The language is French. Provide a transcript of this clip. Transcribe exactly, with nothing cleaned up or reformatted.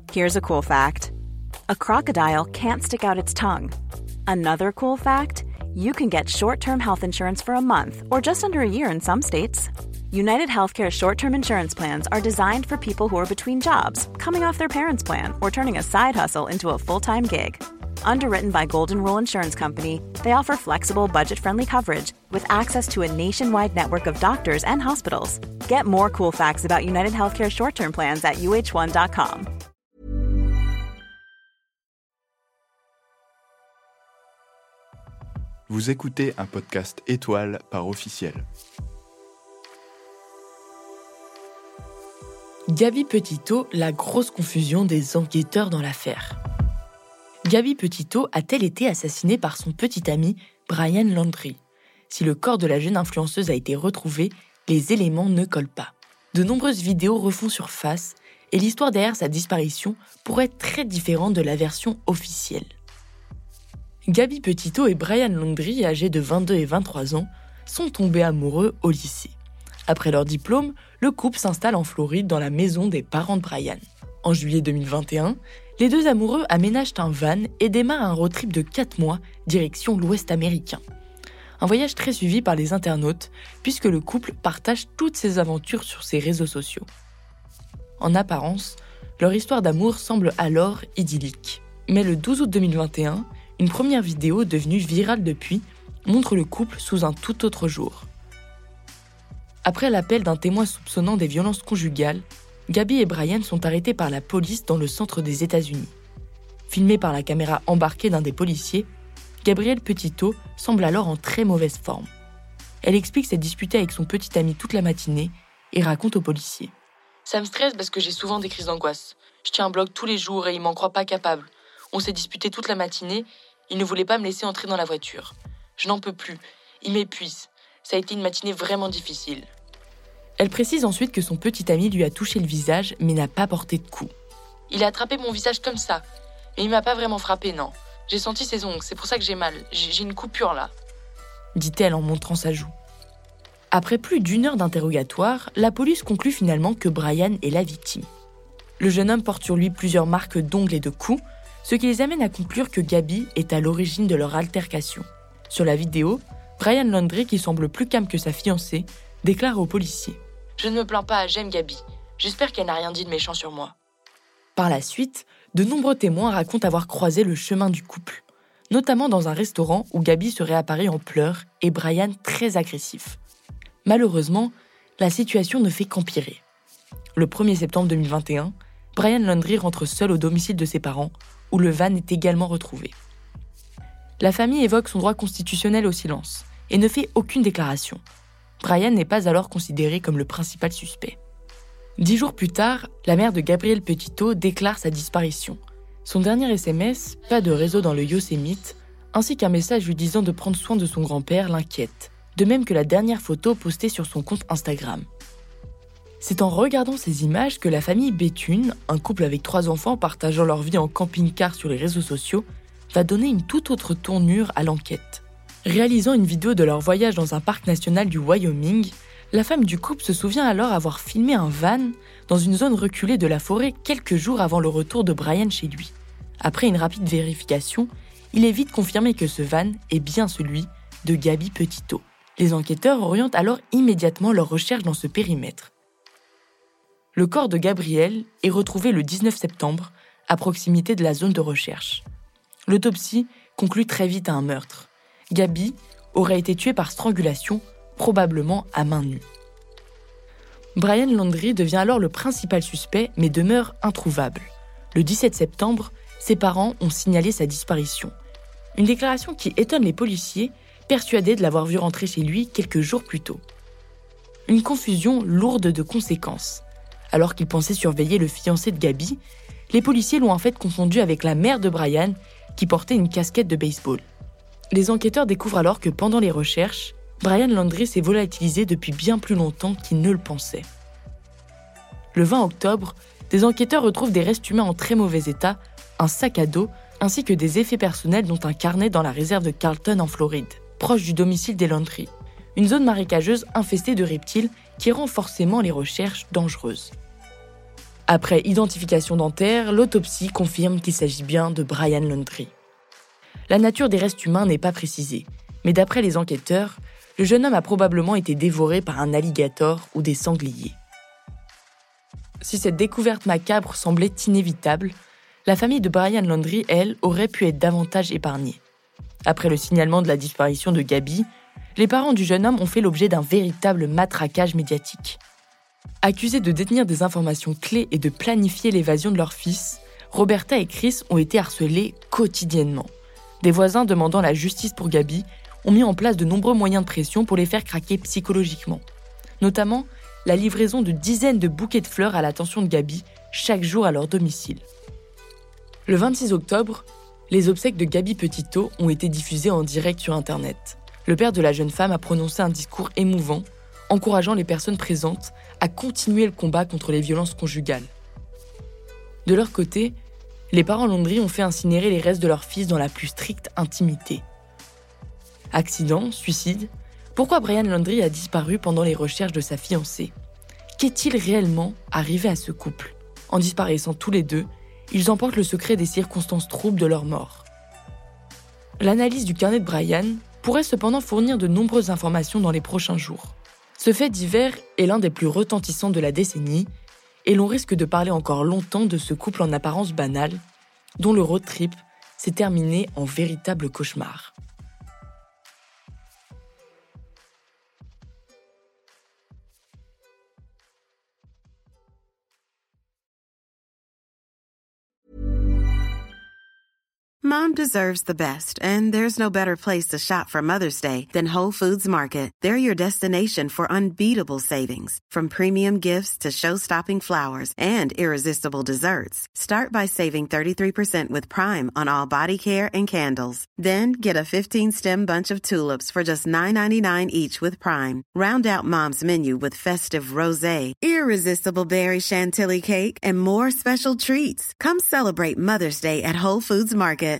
Here's a cool fact. A crocodile can't stick out its tongue. Another cool fact, you can get short-term health insurance for a month or just under a year in some states. United Healthcare short-term insurance plans are designed for people who are between jobs, coming off their parents' plan, or turning a side hustle into a full-time gig. Underwritten by Golden Rule Insurance Company, they offer flexible, budget-friendly coverage with access to a nationwide network of doctors and hospitals. Get more cool facts about United Healthcare short-term plans at U H one dot com. Vous écoutez un podcast Étoile par Officiel. Gaby Petito, la grosse confusion des enquêteurs dans l'affaire. Gaby Petito a-t-elle été assassinée par son petit ami Brian Laundrie ? Si le corps de la jeune influenceuse a été retrouvé, les éléments ne collent pas. De nombreuses vidéos refont surface et l'histoire derrière sa disparition pourrait être très différente de la version officielle. Gaby Petito et Brian Laundrie, âgés de vingt-deux et vingt-trois ans, sont tombés amoureux au lycée. Après leur diplôme, le couple s'installe en Floride dans la maison des parents de Brian. En juillet deux mille vingt et un, les deux amoureux aménagent un van et démarrent un road trip de quatre mois direction l'Ouest américain. Un voyage très suivi par les internautes, puisque le couple partage toutes ses aventures sur ses réseaux sociaux. En apparence, leur histoire d'amour semble alors idyllique. Mais le douze août deux mille vingt et un, une première vidéo devenue virale depuis montre le couple sous un tout autre jour. Après l'appel d'un témoin soupçonnant des violences conjugales, Gaby et Brian sont arrêtés par la police dans le centre des États-Unis. Filmée par la caméra embarquée d'un des policiers, Gabrielle Petito semble alors en très mauvaise forme. Elle explique s'être disputée avec son petit ami toute la matinée et raconte aux policiers. « Ça me stresse parce que j'ai souvent des crises d'angoisse. Je tiens un blog tous les jours et il m'en croit pas capable. On s'est disputé toute la matinée, il ne voulait pas me laisser entrer dans la voiture. Je n'en peux plus, il m'épuise. Ça a été une matinée vraiment difficile. » Elle précise ensuite que son petit ami lui a touché le visage mais n'a pas porté de coup. « Il a attrapé mon visage comme ça, mais il m'a pas vraiment frappé, non. J'ai senti ses ongles, c'est pour ça que j'ai mal. J'ai, j'ai une coupure là. » dit-elle en montrant sa joue. Après plus d'une heure d'interrogatoire, la police conclut finalement que Brian est la victime. Le jeune homme porte sur lui plusieurs marques d'ongles et de coups, ce qui les amène à conclure que Gaby est à l'origine de leur altercation. Sur la vidéo, Brian Laundrie, qui semble plus calme que sa fiancée, déclare aux policiers « Je ne me plains pas, j'aime Gaby. J'espère qu'elle n'a rien dit de méchant sur moi. » Par la suite, de nombreux témoins racontent avoir croisé le chemin du couple, notamment dans un restaurant où Gaby serait apparue en pleurs et Brian très agressif. Malheureusement, la situation ne fait qu'empirer. Le premier septembre deux mille vingt et un, Brian Laundrie rentre seul au domicile de ses parents, où le van est également retrouvé. La famille évoque son droit constitutionnel au silence et ne fait aucune déclaration. Brian n'est pas alors considéré comme le principal suspect. Dix jours plus tard, la mère de Gabrielle Petito déclare sa disparition. Son dernier S M S, pas de réseau dans le Yosemite, ainsi qu'un message lui disant de prendre soin de son grand-père l'inquiète, de même que la dernière photo postée sur son compte Instagram. C'est en regardant ces images que la famille Béthune, un couple avec trois enfants partageant leur vie en camping-car sur les réseaux sociaux, va donner une toute autre tournure à l'enquête. Réalisant une vidéo de leur voyage dans un parc national du Wyoming, la femme du couple se souvient alors avoir filmé un van dans une zone reculée de la forêt quelques jours avant le retour de Brian chez lui. Après une rapide vérification, il est vite confirmé que ce van est bien celui de Gaby Petito. Les enquêteurs orientent alors immédiatement leurs recherches dans ce périmètre. Le corps de Gabrielle est retrouvé le dix-neuf septembre, à proximité de la zone de recherche. L'autopsie conclut très vite à un meurtre. Gaby aurait été tuée par strangulation, probablement à main nue. Brian Laundrie devient alors le principal suspect, mais demeure introuvable. Le dix-sept septembre, ses parents ont signalé sa disparition. Une déclaration qui étonne les policiers, persuadés de l'avoir vu rentrer chez lui quelques jours plus tôt. Une confusion lourde de conséquences. Alors qu'ils pensaient surveiller le fiancé de Gaby, les policiers l'ont en fait confondu avec la mère de Brian, qui portait une casquette de baseball. Les enquêteurs découvrent alors que pendant les recherches, Brian Laundrie s'est volatilisé depuis bien plus longtemps qu'ils ne le pensaient. Le vingt octobre, des enquêteurs retrouvent des restes humains en très mauvais état, un sac à dos, ainsi que des effets personnels dont un carnet dans la réserve de Carlton en Floride, proche du domicile des Laundrie. Une zone marécageuse infestée de reptiles qui rend forcément les recherches dangereuses. Après identification dentaire, l'autopsie confirme qu'il s'agit bien de Brian Laundrie. La nature des restes humains n'est pas précisée, mais d'après les enquêteurs, le jeune homme a probablement été dévoré par un alligator ou des sangliers. Si cette découverte macabre semblait inévitable, la famille de Brian Laundrie, elle, aurait pu être davantage épargnée. Après le signalement de la disparition de Gaby, les parents du jeune homme ont fait l'objet d'un véritable matraquage médiatique. Accusés de détenir des informations clés et de planifier l'évasion de leur fils, Roberta et Chris ont été harcelés quotidiennement. Des voisins demandant la justice pour Gaby ont mis en place de nombreux moyens de pression pour les faire craquer psychologiquement. Notamment, la livraison de dizaines de bouquets de fleurs à l'attention de Gaby chaque jour à leur domicile. Le vingt-six octobre, les obsèques de Gaby Petito ont été diffusées en direct sur Internet. Le père de la jeune femme a prononcé un discours émouvant, encourageant les personnes présentes à continuer le combat contre les violences conjugales. De leur côté, les parents Laundrie ont fait incinérer les restes de leur fils dans la plus stricte intimité. Accident, suicide, pourquoi Brian Laundrie a disparu pendant les recherches de sa fiancée ? Qu'est-il réellement arrivé à ce couple ? En disparaissant tous les deux, ils emportent le secret des circonstances troubles de leur mort. L'analyse du carnet de Brian pourrait cependant fournir de nombreuses informations dans les prochains jours. Ce fait divers est l'un des plus retentissants de la décennie, et l'on risque de parler encore longtemps de ce couple en apparence banal, dont le road trip s'est terminé en véritable cauchemar. Mom deserves the best, and there's no better place to shop for Mother's Day than Whole Foods Market. They're your destination for unbeatable savings, from premium gifts to show-stopping flowers and irresistible desserts. Start by saving thirty-three percent with Prime on all body care and candles. Then get a fifteen-stem bunch of tulips for just nine ninety-nine each with Prime. Round out Mom's menu with festive rosé, irresistible berry chantilly cake, and more special treats. Come celebrate Mother's Day at Whole Foods Market.